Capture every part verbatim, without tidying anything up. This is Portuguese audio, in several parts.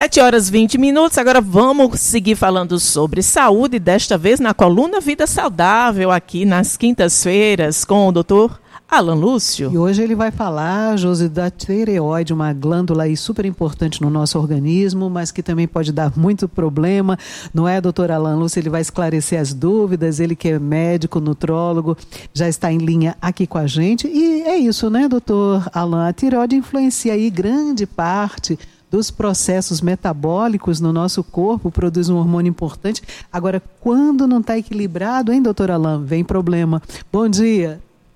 sete horas e vinte minutos, agora vamos seguir falando sobre saúde, desta vez na coluna Vida Saudável, aqui nas quintas-feiras, com o doutor Alan Lúcio. E hoje ele vai falar, Josi, da tireoide, uma glândula aí super importante no nosso organismo, mas que também pode dar muito problema, não é, doutor Alan Lúcio? Ele vai esclarecer as dúvidas, ele que é médico, nutrólogo, já está em linha aqui com a gente. E é isso, né, doutor Alan? A tireoide influencia aí grande parte dos processos metabólicos no nosso corpo, produz um hormônio importante. Agora, quando não está equilibrado, hein, doutor Alan? Vem problema. Bom dia.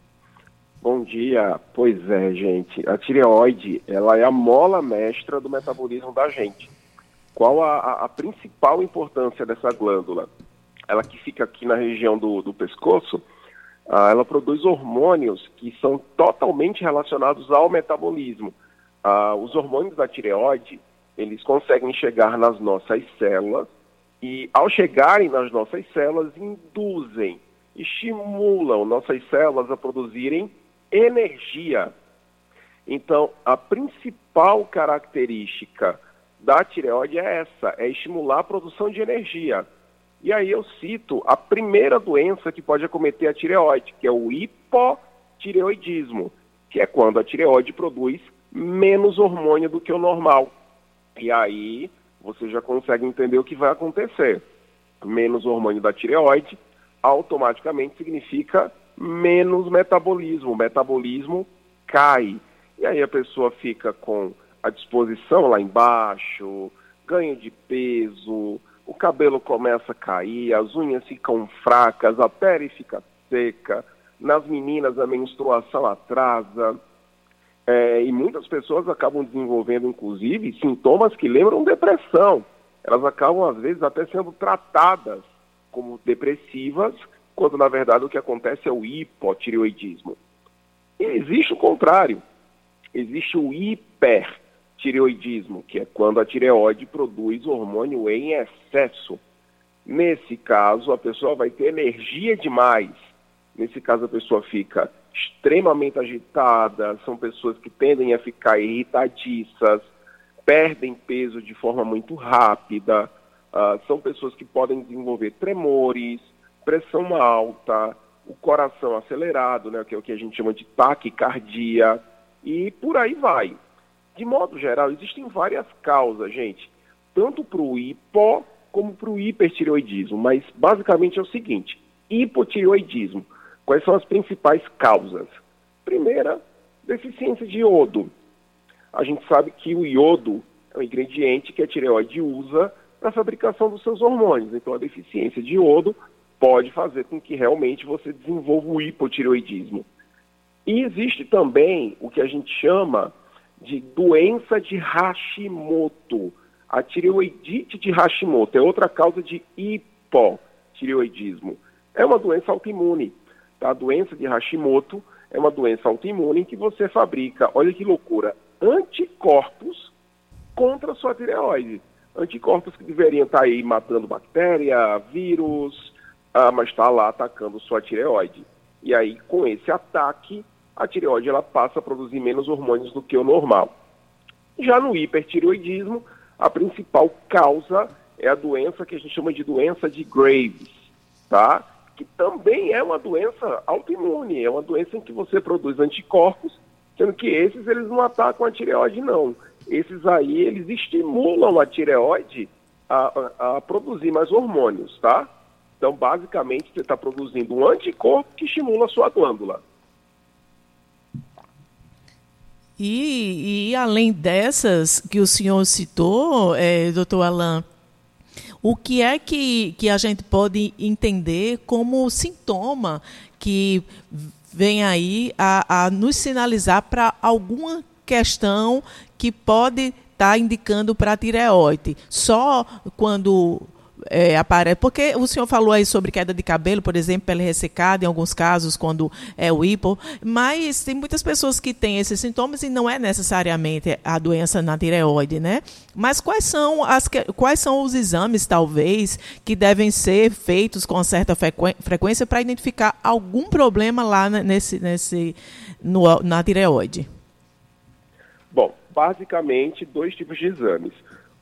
Bom dia. Pois é, gente. A tireoide, ela é a mola mestra do metabolismo da gente. Qual a, a, a principal importância dessa glândula? Ela que fica aqui na região do, do pescoço, ah, ela produz hormônios que são totalmente relacionados ao metabolismo. Ah, os hormônios da tireoide, eles conseguem chegar nas nossas células e, ao chegarem nas nossas células, induzem, estimulam nossas células a produzirem energia. Então, a principal característica da tireoide é essa, é estimular a produção de energia. E aí eu cito a primeira doença que pode acometer a tireoide, que é o hipotireoidismo, que é quando a tireoide produz menos hormônio do que o normal. E aí você já consegue entender o que vai acontecer. Menos hormônio da tireoide automaticamente significa menos metabolismo, o metabolismo cai. E aí a pessoa fica com a disposição lá embaixo, ganho de peso, o cabelo começa a cair, as unhas ficam fracas, a pele fica seca, nas meninas a menstruação atrasa, é, e muitas pessoas acabam desenvolvendo, inclusive, sintomas que lembram depressão. Elas acabam, às vezes, até sendo tratadas como depressivas, quando, na verdade, o que acontece é o hipotireoidismo. E existe o contrário. Existe o hipertireoidismo, que é quando a tireoide produz hormônio em excesso. Nesse caso, a pessoa vai ter energia demais. Nesse caso, a pessoa fica extremamente agitada, são pessoas que tendem a ficar irritadiças, perdem peso de forma muito rápida, uh, são pessoas que podem desenvolver tremores, pressão alta, o coração acelerado, né, que é o que a gente chama de taquicardia, e por aí vai. De modo geral, existem várias causas, gente, tanto para o hipo como para o hipertireoidismo, mas basicamente é o seguinte: hipotireoidismo, quais são as principais causas? Primeira, deficiência de iodo. A gente sabe que o iodo é um ingrediente que a tireoide usa para a fabricação dos seus hormônios, então a deficiência de iodo pode fazer com que realmente você desenvolva o hipotireoidismo. E existe também o que a gente chama de doença de Hashimoto. A tireoidite de Hashimoto é outra causa de hipotireoidismo. É uma doença autoimune. Tá? A doença de Hashimoto é uma doença autoimune em que você fabrica, olha que loucura, anticorpos contra a sua tireoide. Anticorpos que deveriam estar aí matando bactéria, vírus, ah, mas está lá atacando sua tireoide. E aí, com esse ataque, a tireoide ela passa a produzir menos hormônios do que o normal. Já no hipertireoidismo, a principal causa é a doença que a gente chama de doença de Graves, tá? Que também é uma doença autoimune, é uma doença em que você produz anticorpos, sendo que esses eles não atacam a tireoide, não. Esses aí, eles estimulam a tireoide a, a, a produzir mais hormônios, tá? Então, basicamente, você está produzindo um anticorpo que estimula a sua glândula. E, e além dessas que o senhor citou, é, doutor Alan, o que é que, que a gente pode entender como sintoma que vem aí a, a nos sinalizar para alguma questão que pode estar tá indicando para a tireoide? Só quando é, aparece... Porque o senhor falou aí sobre queda de cabelo, por exemplo, pele ressecada, em alguns casos, quando é o hipo, mas tem muitas pessoas que têm esses sintomas e não é necessariamente a doença na tireoide, né? Mas quais são, as, quais são os exames, talvez, que devem ser feitos com certa frequência para identificar algum problema lá nesse, nesse, no, na tireoide? Bom, basicamente, dois tipos de exames.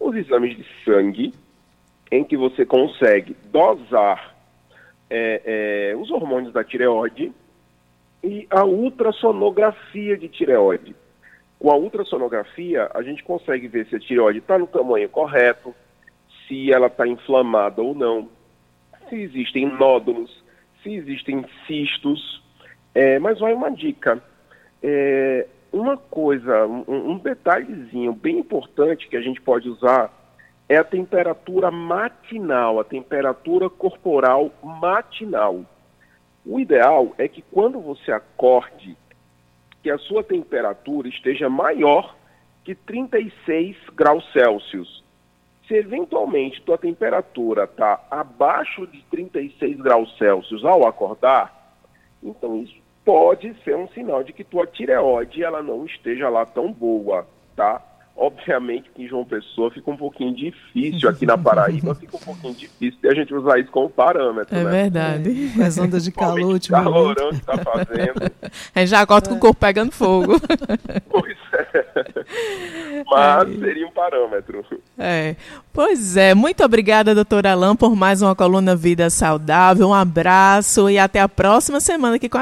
os exames de sangue, em que você consegue dosar é, é, os hormônios da tireoide, e a ultrassonografia de tireoide. Com a ultrassonografia, a gente consegue ver se a tireoide está no tamanho correto, se ela está inflamada ou não, se existem nódulos, se existem cistos. É, mas vai uma dica. É, uma coisa, um, um detalhezinho bem importante que a gente pode usar é a temperatura matinal, a temperatura corporal matinal. O ideal é que quando você acorde, que a sua temperatura esteja maior que trinta e seis graus Celsius. Se eventualmente tua temperatura está abaixo de trinta e seis graus Celsius ao acordar, então isso pode ser um sinal de que tua tireoide ela não esteja lá tão boa, tá? Obviamente que em João Pessoa fica um pouquinho difícil, aqui na Paraíba fica um pouquinho difícil de a gente usar isso como parâmetro, é né? verdade. É, com as ondas de calor ultimamente. Calorão que está fazendo. A gente já acorda com o corpo pegando fogo. Pois é. Mas é. seria um parâmetro. É. Pois é. Muito obrigada, doutor Alain, por mais uma coluna Vida Saudável. Um abraço e até a próxima semana aqui com a